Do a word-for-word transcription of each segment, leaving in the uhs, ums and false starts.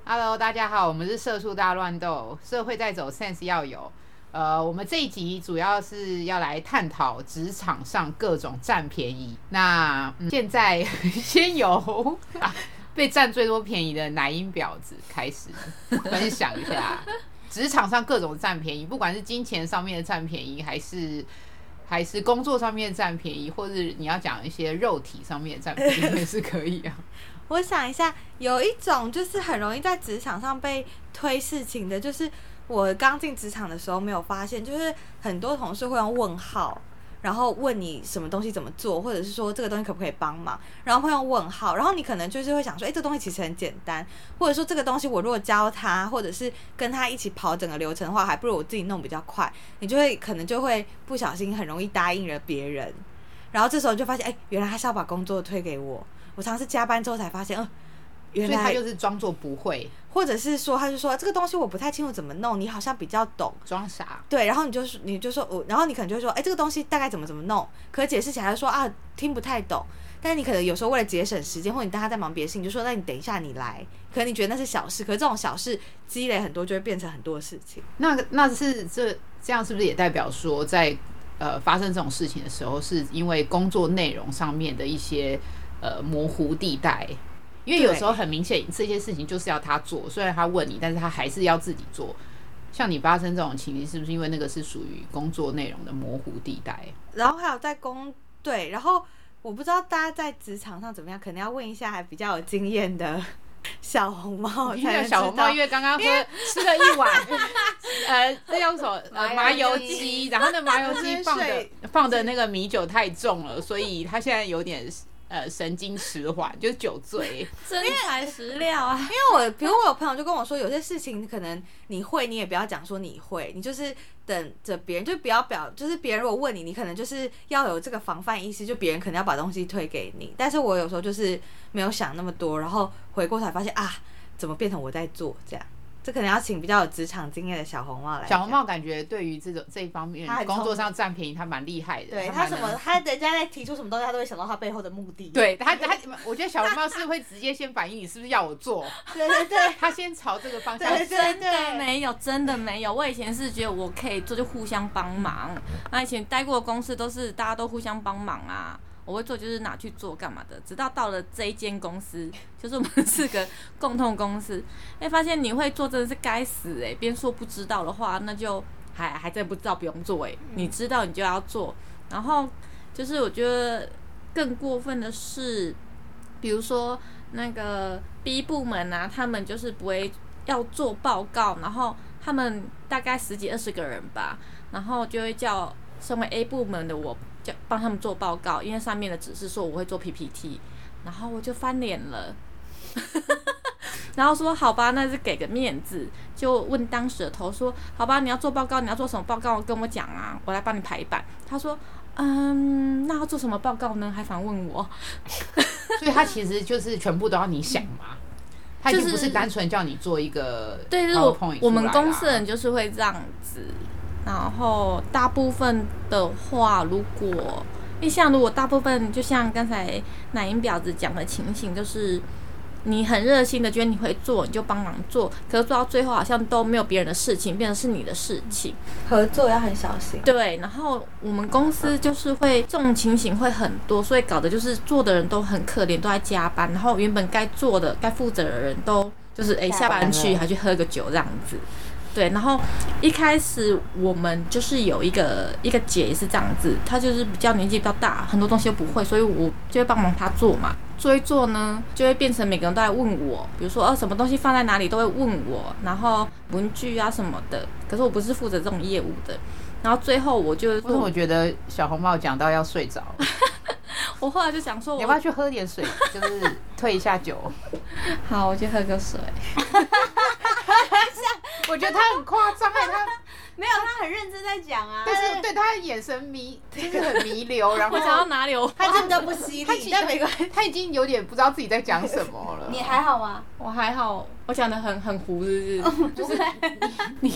Hello， 大家好，我们是社畜大乱斗，社会在走 ，sense 要有。呃，我们这一集主要是要来探讨职场上各种占便宜。那、嗯、现在先由被占最多便宜的奶音婊子开始分享一下职场上各种占便宜，不管是金钱上面的占便宜，还是还是工作上面的占便宜，或者你要讲一些肉体上面的占便宜也是可以啊。 我想一下，有一种就是很容易在职场上被推事情的，就是我刚进职场的时候没有发现，就是很多同事会用问号，然后问你什么东西怎么做，或者是说这个东西可不可以帮忙，然后会用问号，然后你可能就是会想说，哎，这个东西其实很简单，或者说这个东西我如果教他，或者是跟他一起跑整个流程的话，还不如我自己弄比较快，你就会可能就会不小心很容易答应了别人，然后这时候就发现，哎，原来他是要把工作推给我。我尝试加班之后才发现，嗯、呃，原来所以他就是装作不会， 或者是说，他就说这个东西我不太清楚怎么弄，你好像比较懂， 装傻。 对，然后你就你就说，我，然后你可能就会说，哎，这个东西大概怎么怎么弄，可解释起来就说啊，听不太懂。但是你可能有时候为了节省时间，或者你当他在忙别的事情，你就说，那你等一下你来。可能你觉得那是小事，可是这种小事积累很多，就会变成很多事情。 那那是这这样是不是也代表说，在呃发生这种事情的时候，是因为工作内容上面的一些呃模糊地带？因为有时候很明显这些事情就是要他做，虽然他问你，但是他还是要自己做。像你发生这种情形，是不是因为那个是属于工作内容的模糊地带？ 然后还有在工对，然后我不知道大家在职场上怎么样，可能要问一下还比较有经验的小红帽才能知道。 小红帽因为刚刚喝吃了一碗呃这叫什么呃麻油鸡，然后那麻油鸡放的放的那个米酒太重了，所以他现在有点呃神经迟缓，就是酒醉， 真材实料啊。 因为我比如我有朋友就跟我说，有些事情可能你会，你也不要讲说你会，你就是等着别人，就不要表，就是别人如果问你，你可能就是要有这个防范意识，就别人可能要把东西推给你。但是我有时候就是没有想那么多，然后回过头来发现啊，怎么变成我在做这样？这可能要请比较有职场经验的小红帽来。 小红帽感觉对于这种这一方面工作上占便宜，他蛮厉害的。 对他什么，他人家在提出什么东西，他都会想到他背后的目的。 对他，他我觉得小红帽是会直接先反映你是不是要我做。 对对对， 他先朝这个方向。 对，真的没有，真的没有。我以前是觉得我可以做，就互相帮忙。那以前待过的公司都是大家都互相帮忙啊。我会做就是拿去做干嘛的，直到到了这一间公司，就是我们是个共同公司，哎、欸，发现你会做真的是该死哎、欸！别人说不知道的话，那就还还真不知道不用做哎、欸，你知道你就要做。然后就是我觉得更过分的是，比如说那个 B 部门啊，他们就是不会要做报告，然后他们大概十几二十个人吧，然后就会叫身为 A 部门的我。就帮他们做报告，因为上面的指示说我会做 P P T， 然后我就翻脸了，然后说好吧，那是给个面子，就问当时的头说好吧，你要做报告，你要做什么报告跟我讲啊，我来帮你排版。他说嗯，那要做什么报告呢？还反问我， 所以他其实就是全部都要你想嘛。他已经不是单纯叫你做一个 PowerPoint 出来啦， 对，就是我我们公司人就是会这样子。然后大部分的话，如果因为像如果大部分就像刚才奶音婊子讲的情形，就是你很热心的觉得你会做，你就帮忙做，可是做到最后好像都没有别人的事情，变成是你的事情。 合作要很小心。 对，然后我们公司就是会这种情形会很多，所以搞得就是做的人都很可怜，都在加班，然后原本该做的、该负责的人都就是哎下班去还去喝个酒这样子。对，然后一开始我们就是有一个一个姐也是这样子，她就是比较年纪比较大，很多东西都不会，所以我就会帮忙她做嘛。做一做呢，就会变成每个人都在问我，比如说呃什么东西放在哪里都会问我，然后文具啊什么的。可是我不是负责这种业务的，然后最后我就为什么我觉得小红帽讲到要睡着？ 我后来就想说我， 你要不要去喝点水，就是退一下酒？ 好，我去喝个水。 我觉得他很夸张哎，他没有，他很认真在讲啊。 但是对他的眼神迷，就是很弥留，然后我想要哪里有， 他真的不犀利，但没关系， 他已经有点不知道自己在讲什么了。 你还好吗？ 我还好，我讲的很很糊，是不是？就是你你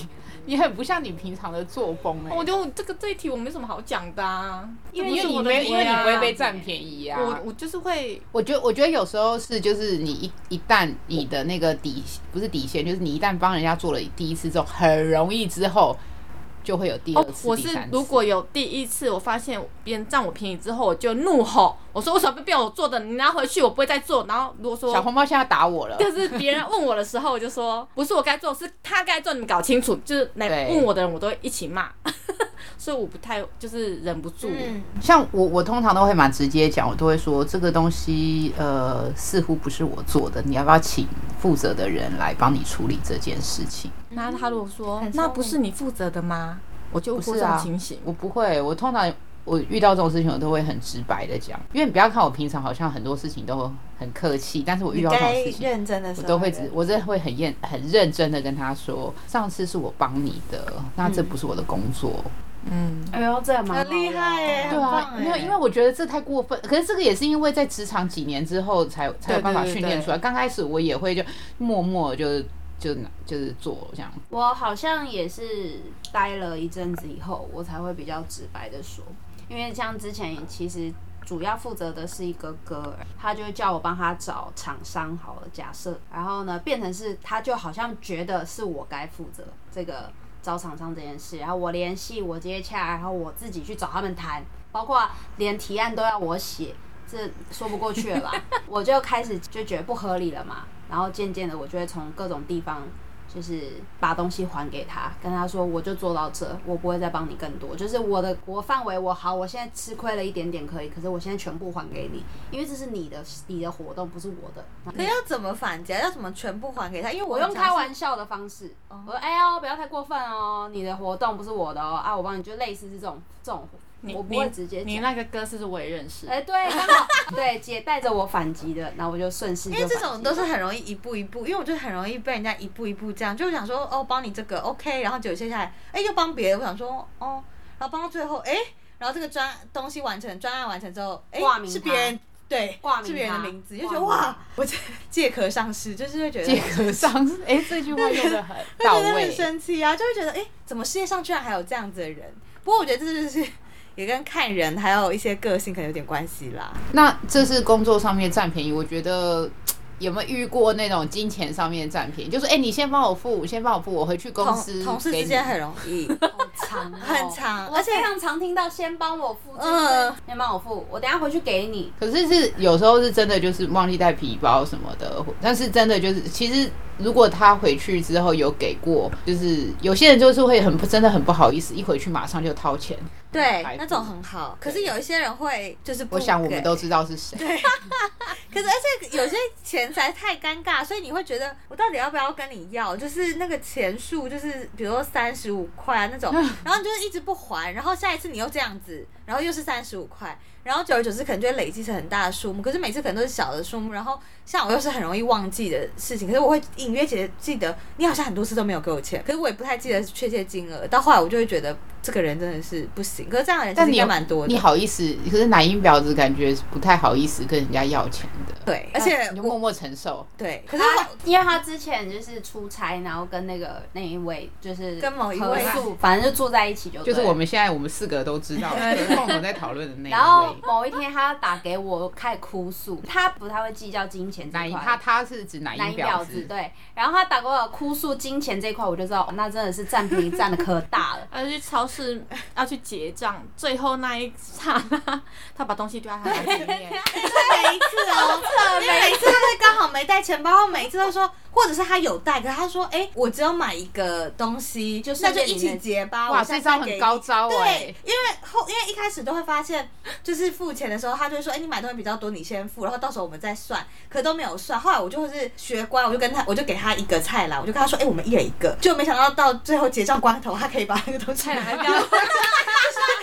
你很不像你平常的作风哎、欸。 我觉得这个这一题我没什么好讲的啊， 因为你没因为你不会被占便宜啊。 我我就是会， 我觉得我觉得有时候是就是你一一旦你的那个底不是底线，就是你一旦帮人家做了第一次之后，很容易之后。就会有第二次、 哦、我是如果有第一次，我发现别人占我便宜之后，我就怒吼，我说为什么不要我做的？你拿回去，我不会再做。然后如果说小红帽现在打我了， 就是别人问我的时候，我就说不是我该做，是他该做，你们搞清楚。就是来问我的人，我都会一起骂，所以我不太就是忍不住。 嗯、 像我，我通常都会蛮直接讲，我都会说这个东西呃似乎不是我做的，你要不要请负责的人来帮你处理这件事情？ 那他如果说那不是你负责的吗？我就会这种情形、啊， 我不会。我通常我遇到这种事情，我都会很直白的讲，因为你不要看我平常好像很多事情都很客气，但是我遇到这种事情， 认真的时候我都会只，我真的会很认很认真的跟他说，上次是我帮你的，那这不是我的工作。 嗯， 哎呦，这蛮很厉害耶， 对啊，没有，因为我觉得这太过分。可是这个也是因为在职场几年之后才才有办法训练出来。刚开始我也会就默默就。就就是做这样， 我好像也是待了一阵子以后，我才会比较直白的说，因为像之前其实主要负责的是一个哥，他就叫我帮他找厂商好了，假设，然后呢变成是他就好像觉得是我该负责这个找厂商这件事，然后我联系我接洽，然后我自己去找他们谈，包括连提案都要我写，这说不过去了吧？我就开始就觉得不合理了嘛。然后渐渐的，我就会从各种地方，就是把东西还给他，跟他说，我就做到这，我不会再帮你更多。就是我的我范围，我好，我现在吃亏了一点点可以，可是我现在全部还给你，因为这是你的你的活动，不是我的。 可要怎么反击？要怎么全部还给他？因为 我, 我用开玩笑的方式，哦、我说，哎呦，不要太过分哦，你的活动不是我的哦，啊，我帮你，就类似是这种这种。我不会直接讲。 你那个歌是不是我也认识？ 哎、欸，对，刚好对姐带着我反击的，然后我就顺势就反击。 因为这种都是很容易一步一步，因为我就很容易被人家一步一步这样，就想说哦，帮你这个 OK， 然后就接下来哎、欸、又帮别人，我想说哦，然后帮到最后哎、欸，然后这个专东西完成，专案完成之后，哎、欸、是别人。对，是别人的名字，就觉得哇，我借壳上市，就是会觉得借壳上市，哎、欸，这句话用得很到位， 会觉得很生气啊，就会觉得哎、欸，怎么世界上居然还有这样子的人？不过我觉得这就是。也跟看人还有一些个性可能有点关系啦。 那这是工作上面占便宜，我觉得有没有遇过那种金钱上面占便宜？就是哎、欸，你先帮我付，先帮我付，我回去公司。 同事之间很容易， 好长、哦， 很长， 而且非常常听到先帮我付，嗯，先帮我付，我等一下回去给你。 可是是有时候是真的就是忘记带皮包什么的，但是真的就是其实。如果他回去之后有给过，就是有些人就是会很真的很不好意思，一回去马上就掏钱。 对，那种很好。可是有一些人会就是不给， 我想我们都知道是谁。 对，可是而且有些钱实在太尴尬，所以你会觉得我到底要不要跟你要？就是那个钱数，就是比如说三十五块啊那种，然后你就是一直不还，然后下一次你又这样子，然后又是三十五块。然后久而久之可能就会累积成很大的数目，可是每次可能都是小的数目。然后像我又是很容易忘记的事情，可是我会隐约记得记得你好像很多次都没有给我钱，可是我也不太记得确切金额。到后来我就会觉得这个人真的是不行。可是这样的人其实应该蛮多的。 你好意思？可是奶音婊子感觉不太好意思跟人家要钱的。 对，而且你就默默承受。 对，可是他因为他之前就是出差，然后跟那个那一位就是跟某一位， 反正就住在一起就对。 就是我们现在我们四个都知道，共同在讨论的那一位。 然后某一天他打给我，开始哭诉，他不太会计较金钱这块。 他他是指奶音婊子， 对。然后他打给我哭诉金钱这一块，我就知道那真的是占便宜占的可大了。 要去超市要去结账，最后那一刹那，他把东西丢在他袋子里面。 每一次哦，因为每次他会刚好没带钱包，每一次都说，或者是他有带，可是他说，哎、欸，我只有买一个东西，就那就一起结吧。 哇，这招很高招哎、欸！ 对，因为后因为一开始都会发现，就是付钱的时候，他就会说，哎、欸，你买东西比较多，你先付，然后到时候我们再算，可都没有算。后来我就会是学乖，我就跟他，我就给他一个菜篮，我就跟他说，哎、欸，我们一人一个，就没想到到最后结账关头，他可以把那个东西菜篮还不要。 瞬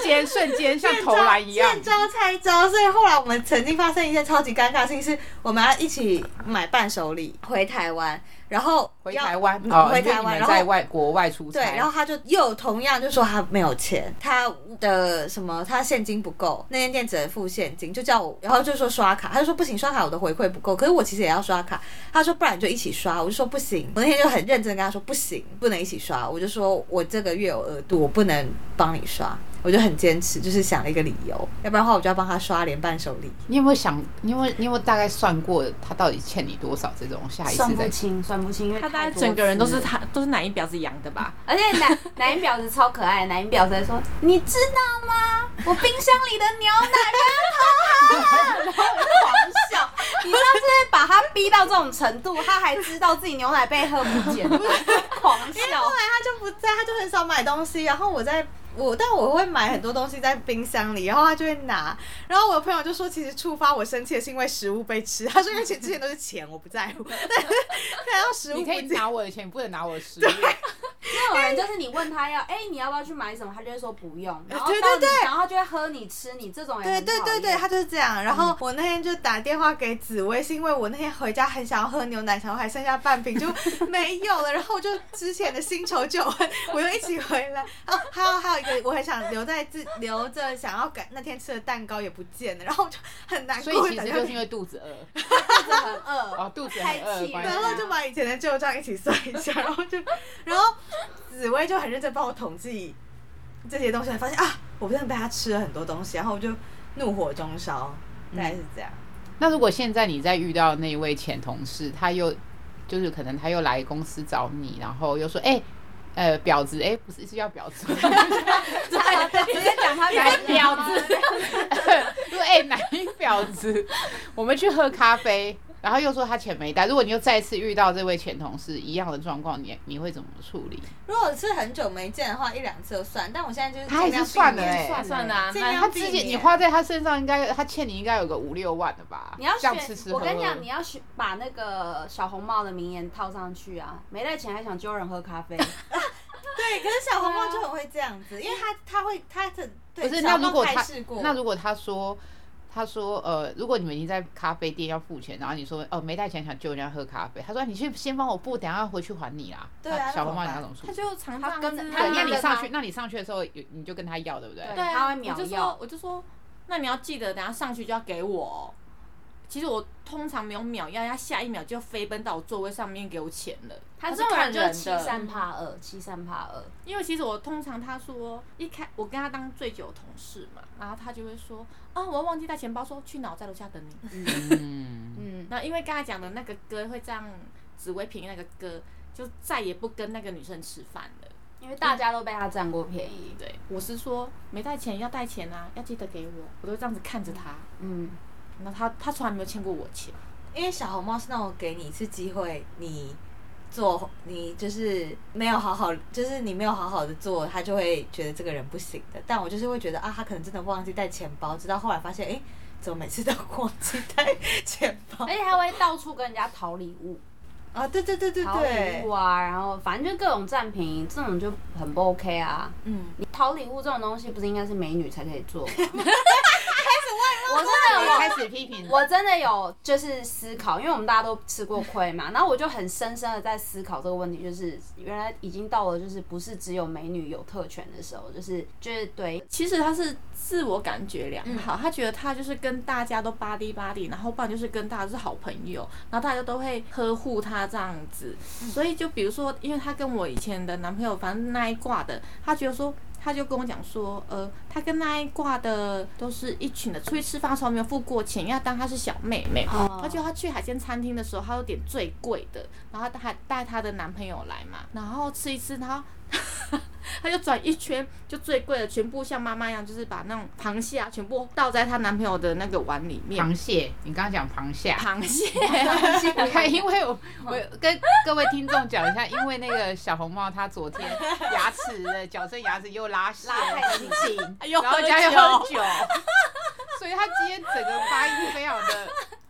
间瞬间像投篮一样， 见招拆招。所以后来我们曾经发生一件超级尴尬的事情，是我们要一起买伴手礼回台湾。然后回台湾， 哦，回台湾， 然后在外国外出差， 对，然后他就又同样就说他没有钱，他的什么他现金不够，那间店只能付现金，就叫我，然后就说刷卡，他就说不行，刷卡我的回馈不够，可是我其实也要刷卡，他说不然你就一起刷，我就说不行，我那天就很认真跟他说不行，不能一起刷，我就说我这个月有额度，我不能帮你刷。我就很坚持，就是想了一个理由，要不然的话我就要帮他刷连伴手礼。 你有没有想？你有没有你有没有大概算过他到底欠你多少？这种下一次再算不清，算不清，因为他大概整个人都是他都是奶音婊子养的吧？ 而且奶奶音婊子超可爱，奶音婊子在说：“你知道吗？我冰箱里的牛奶被他偷好了。”然后我就狂笑。你知道，就是把他逼到这种程度，他还知道自己牛奶被喝不见，狂笑。 因为后来他就不在，他就很少买东西，然后我在。我但我会买很多东西在冰箱里，然后他就会拿，然后我的朋友就说，其实触发我生气的是因为食物被吃，他说因为之前都是钱，我不在乎，但看到食物不见， 你可以拿我的钱，你不能拿我的食物。 那种人就是你问他要，哎、欸，你要不要去买什么，他就会说不用，然后对对对， 然后他就会喝你吃你这种人。 对对对对，他就是这样。然后我那天就打电话给紫薇，是因为我那天回家很想要喝牛奶，然后还剩下半瓶就没有了，然后就之前的新仇旧恨，我又一起回来。哦，还有还有一个，我很想留在自留着想要赶那天吃的蛋糕也不见了，然后我就很难过。 所以其实就是因为肚子饿， 肚子很饿， 哦，肚子很饿， 然后就把以前的旧账一起算一下，然后就，然后紫薇就很认真帮我统计这些东西，发现啊，我真的被他吃了很多东西，然后我就怒火中烧，大概是这样。 嗯、那如果现在你再遇到那一位前同事，他又就是可能他又来公司找你，然后又说，哎、欸。呃，婊子，哎、欸，不是是叫婊子， 对，直接讲他奶婊子，说哎，奶婊子，我们去喝咖啡，然后又说他钱没带。如果你又再次遇到这位前同事一样的状况，你你会怎么处理？ 如果是很久没见的话，一两次就算。但我现在就是他还是算了哎、 欸，算了啊。 他之前你花在他身上，应该他欠你应该有个五六万的吧？ 你要选，吃吃喝喝， 我跟你讲，你要选把那个小红帽的名言套上去啊！没带钱还想揪人喝咖啡。 对，可是小红帽就很会这样子，因为他他会他的不是那如果他那如果他说他说呃，如果你们已经在咖啡店要付钱，然后你说哦没带钱想揪人家喝咖啡，他说你去先帮我付，等一下回去还你啦。 对啊， 小红帽你要怎么说？ 他就常常跟他那你上去那你上去的时候你就跟他要对不对？ 对，他会秒要。 我就说那你要记得等一下上去就要给我、哦。其实我通常没有秒要，他下一秒就飞奔到我座位上面给我钱了。 他这种人就是欺善怕恶，欺善怕恶。 因为其实我通常他说一开我跟他当最久的同事嘛，然后他就会说啊，我忘记带钱包，说去哪，我在楼下等你。嗯嗯。那因为刚才讲的那个哥会这样，紫薇平那个哥就再也不跟那个女生吃饭了。 因为大家都被他占过便宜。 对，我是说没带钱要带钱啊，要记得给我，我都会这样子看着他。嗯。那他他从来没有欠过我钱， 因为小红帽是那种给你一次机会，你做你就是没有好好，就是你没有好好的做，他就会觉得这个人不行的。但我就是会觉得啊，他可能真的忘记带钱包，直到后来发现，哎、欸，怎么每次都忘记带钱包？ 而且他会到处跟人家讨礼物。 啊，对对对对对， 讨礼物啊，然后反正就各种占便宜，这种就很不 OK 啊。嗯，你讨礼物这种东西，不是应该是美女才可以做吗？我真的我开始批评， 我真的有就是思考，因为我们大家都吃过亏嘛，然后我就很深深的在思考这个问题，就是原来已经到了就是不是只有美女有特权的时候，就是就是对， 其实他是自我感觉良好，嗯、他觉得他就是跟大家都巴滴巴滴，然后不然就是跟大家是好朋友，然后大家都会呵护他这样子，嗯、所以就比如说，因为他跟我以前的男朋友，反正那一挂的，他觉得说。他就跟我讲说，呃，他跟那一挂的都是一群的，出去吃饭的时候没有付过钱，要当他是小妹妹。Oh. 他就他去海鲜餐厅的时候，他有点最贵的，然后他还带他的男朋友来嘛，然后吃一吃，然后他就转一圈，就最贵的全部像妈妈一样，就是把那种螃蟹啊全部倒在她男朋友的那个碗里面。 螃蟹，你刚刚讲螃蟹， 螃蟹， 你看，因为我我跟各位听众讲一下，因为那个小红帽她昨天牙齿的矫正牙齿又拉血很紧，然后加又喝酒，所以她今天整个发音非常的。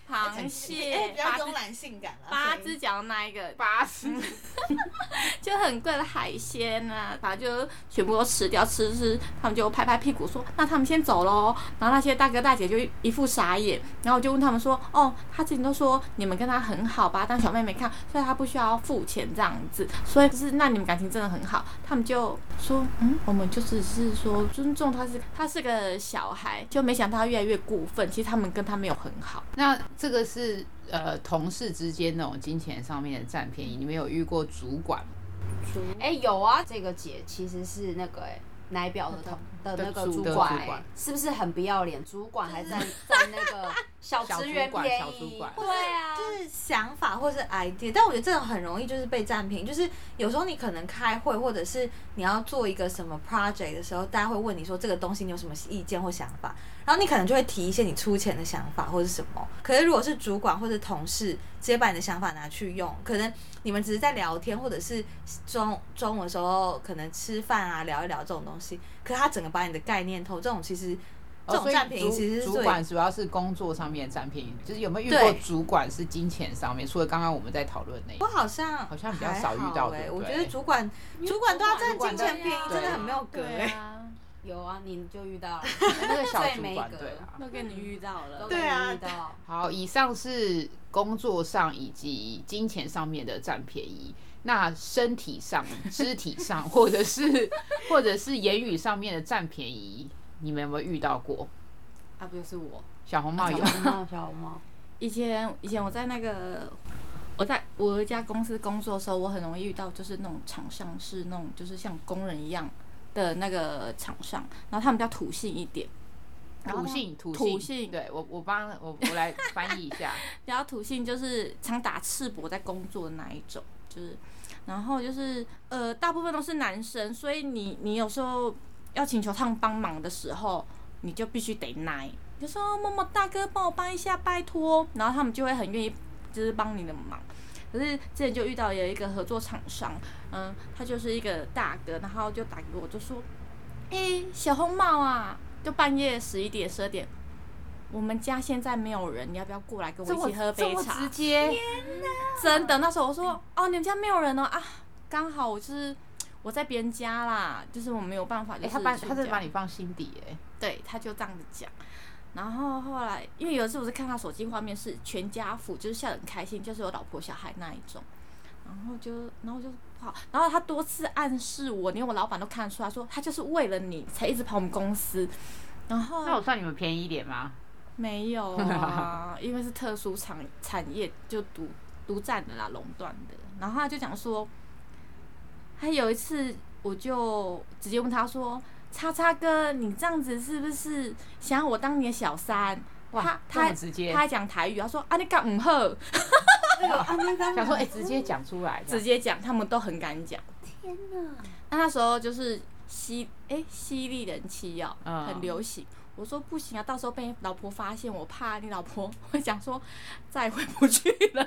螃哎， 蟹， 比较慵懒性感啦。 八只脚那一个八十， 就很贵的海鲜啊，反正就全部都吃掉，吃吃，他们就拍拍屁股说，那他们先走喽。然后那些大哥大姐就一副傻眼，然后我就问他们说，哦，他之前都说你们跟他很好，把他当小妹妹看，所以他不需要付钱这样子，所以就是那你们感情真的很好。他们就说，嗯，我们就只是说尊重他是他是个小孩，就没想到他越来越过分，其实他们跟他没有很好。 那这个是呃同事之间那种金钱上面的占便宜，你们有遇过主管吗？ 哎、有啊，这个姐其实是那个哎、奶表的同的那个主管、欸， 的主管是不是很不要脸？主管还在在那个小职员便宜小主管， 对啊， 就是想法或是 idea， 但我觉得这种很容易就是被占便宜。就是有时候你可能开会，或者是你要做一个什么 project 的时候，大家会问你说这个东西你有什么意见或想法，然后你可能就会提一些你出钱的想法或是什么。可是如果是主管或者同事，直接把你的想法拿去用，可能你们只是在聊天，或者是中中午的时候可能吃饭啊聊一聊这种东西，可是他整个把你的概念投这种其实。这种占便宜其实是主主管主要是工作上面的占便宜，就是有没有遇过主管是金钱上面？除了刚刚我们在讨论那一我好像好像比较少遇到， 哎、欸， 对我觉得主管主管都要占金钱便宜， 啊真的很没有格哎、欸。 有啊，你就遇到了那个小主管，对啊， 都给你遇到了， 都给你遇到。 好，以上是工作上以及金钱上面的占便宜。那身体上、肢体上，或者是或者是言语上面的占便宜，你们有没有遇到过？ 啊，不就是我小红帽有， 小红帽，小红帽。 以前以前我在那个我在我一家公司工作的时候，我很容易遇到就是那种厂商是那种就是像工人一样的那个厂商，然后他们比较土性一点。 土性土性， 土性，对我我帮我我来翻译一下。 比较土性就是常打赤膊在工作的那一种，就是然后就是呃大部分都是男生，所以你你有时候要请求他们帮忙的时候。你就必须得耐，就说某某大哥帮我帮一下，拜托，然后他们就会很愿意，就是帮你的忙。可是之前就遇到有一个合作厂商，嗯，他就是一个大哥，然后就打给我，就说，哎、欸，小红帽啊，就半夜十一点、十二点，我们家现在没有人，你要不要过来跟我一起喝杯茶？ 直接， 真的，那时候我说，哦，你们家没有人哦啊，刚好我就是我在别人家啦，就是我没有办法，就是、欸、 他把他是把你放心底哎。 对，他就这样子讲，然后后来，因为有一次我是看他手机画面是全家福，就是笑得很开心，就是有老婆小孩那一种，然后就，然后就跑，然后他多次暗示我，连我老板都看得出来说，他就是为了你才一直跑我们公司，然后那我算你们便宜一点吗？ 没有啊，因为是特殊产产业，就独独占的啦，垄断的，然后他就讲说，还有一次我就直接问他说。叉叉哥，你这样子是不是想要我当你的小三？ 哇，他他直接， 他还讲台语，他说啊你敢唔好， 想说哎、欸，直接讲出来， 直接讲，他们都很敢讲。 天哪！ 那那时候就是吸哎、欸、吸力人气哦， 嗯、 很流行。我说不行啊，到时候被老婆发现，我怕你老婆会讲说再也回不去了。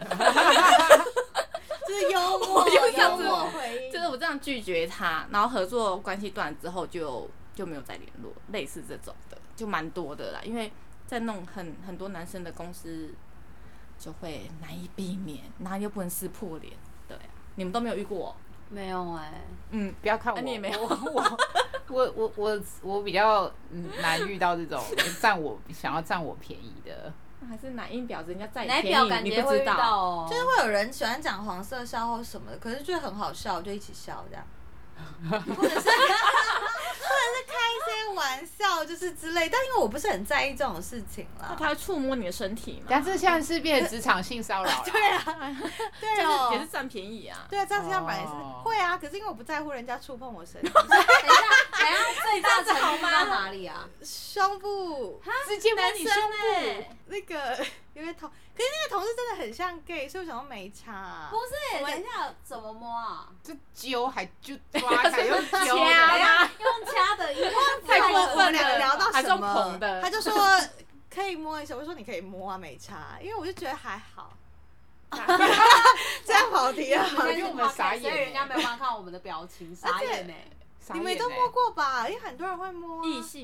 就是幽默，幽默回应， 就是我这样拒绝他，然后合作关系断之后就就没有再联络，类似这种的就蛮多的啦。因为在那种很很多男生的公司就会难以避免，然后又不能撕破脸，对啊，你们都没有遇过？ 没有哎、欸， 嗯，不要看我， 啊、你也没有， 我我我我我比较难遇到这种占我想要占我便宜的。 还是奶音婊子，人家再奶便宜， 感你不知道哦。 就是会有人喜欢讲黄色笑话什么的，可是就很好笑，就一起笑这样，或者是或者是开一些玩笑，就是之类。但因为我不是很在意这种事情啦。 他会触摸你的身体嘛？ 但这现在是变成职场性骚扰了。 对啊，对哦， 也是占便宜啊。 对啊，这样这样本来是会啊，可是因为我不在乎人家触碰我身体。 等一下，等一下，最大程度到哪里啊？ 胸部， 直接摸你胸部。 那个有点同，可是那个同事真的很像 gay， 所以我想说没差、啊。 不是，等一下怎么摸啊？ 就揪还就抓开用揪的， 用掐的，因为太过分了。 我们两个聊到什么？ 的他就说可以摸一下，我就说你可以摸啊，没差，因为我就觉得还好。这样跑题啊， 因为我们傻眼， 所以人家没有办法看我们的表情，傻眼呢、欸。 你们都摸过吧？因为很多人会摸、啊。 异性。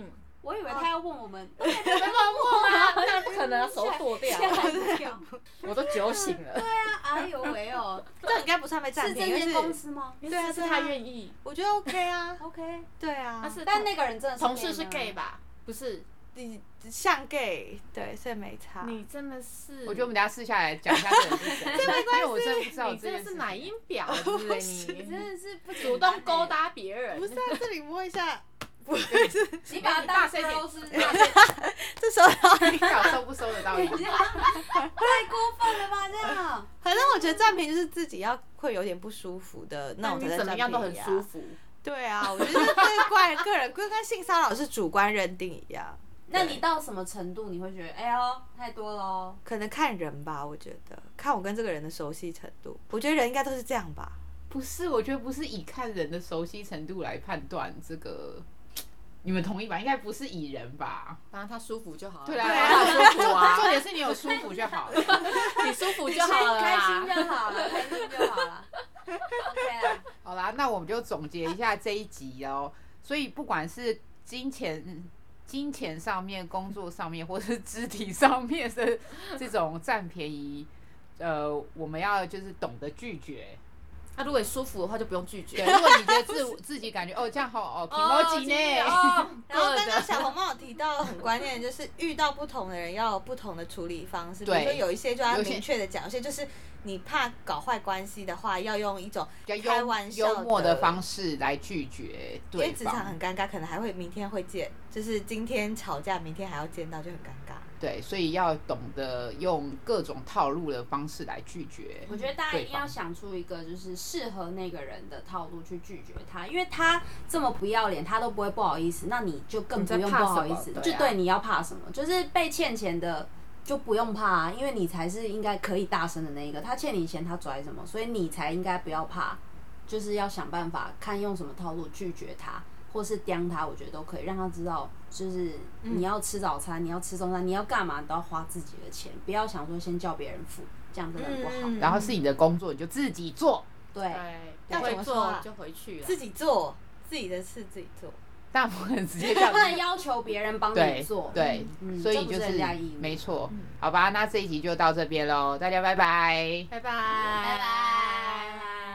我以为他要问我们， 没办法问吗？那不可能，手剁掉。 吓一跳。 我都酒醒了。 对啊，哎呦喂哦， 这应该不算被占是便宜， 这间因为公司吗？ 对啊， 是他愿意。 我觉得 OK 啊， OK， 对啊， 但是但那个人真的是同事是 gay gay 吗？ 吧？不是， 你像 gay， 对，所以没差。 你真的是。 我觉得我们等一下私下来讲一下这人是谁，这没关系，因为我真的不知道你真的是这件事情。 买音表，是不是？ 你你真的是不主动勾搭别人。 不是啊，这里摸一下，不是， 你把它当大声一点 bro 是不是这时候音表收不收得到音？ 太过分了吧？这样， 反正我觉得占便宜就是自己要会有点不舒服的那那你种才在占怎么样都便宜啊很舒服。 对啊，我觉得对怪个人，跟跟性骚扰是主观认定一样。 那你到什么程度你会觉得，哎呦，太多了哦？ 可能看人吧，我觉得看我跟这个人的熟悉程度，我觉得人应该都是这样吧。 不是，我觉得不是以看人的熟悉程度来判断这个，你们同意吧？应该不是以人吧？ 反正他舒服就好了。 对啊， 对啊舒服啊，重点是你有舒服就好了。 你舒服就好了啦。 开心就好了，开心就好了。OK 啊， 好啦，那我们就总结一下这一集哦。所以不管是金钱、金钱上面、工作上面，或是肢体上面的这种占便宜，呃，我们要就是懂得拒绝。 那、啊、如果你舒服的话，就不用拒绝。 对，如果你觉得自自己感觉哦这样好哦，挺高级呢。 哦然后刚刚小红帽有提到很关键的，就是遇到不同的人要有不同的处理方式。比如说有一些就要明确的讲，有些就是你怕搞坏关系的话，要用一种比较开玩笑幽默的方式来拒绝对方。 因为职场很尴尬，可能还会明天会见，就是今天吵架，明天还要见到，就很尴尬。 对，所以要懂得用各种套路的方式来拒绝。 我觉得大家一定要想出一个就是适合那个人的套路去拒绝他，因为他这么不要脸，他都不会不好意思，那你就更不用不好意思。 对啊、 就对，你要怕什么？就是被欠钱的就不用怕啊，因为你才是应该可以大声的那一个。他欠你钱，他拽什么？所以你才应该不要怕，就是要想办法看用什么套路拒绝他。或是刁他，我觉得都可以让他知道，就是你要吃早餐，嗯、你要吃中餐，你要干嘛，你都要花自己的钱，不要想说先叫别人付，这样真的不好。 嗯、 然后是你的工作，你就自己做。 对， 不会做就回去了， 自己做自己的事自己做。 但不能直接这样， 不能要求别人帮你做。 对， 嗯、 所以就是没错。好吧，那这一集就到这边喽，大家拜拜， 拜拜， 拜拜。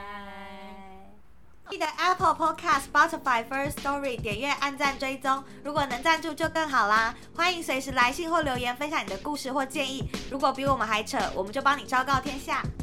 记得 Apple Podcast、Spotify、First Story 点阅、按赞、追踪。如果能赞助就更好啦！欢迎随时来信或留言分享你的故事或建议。如果比我们还扯，我们就帮你昭告天下。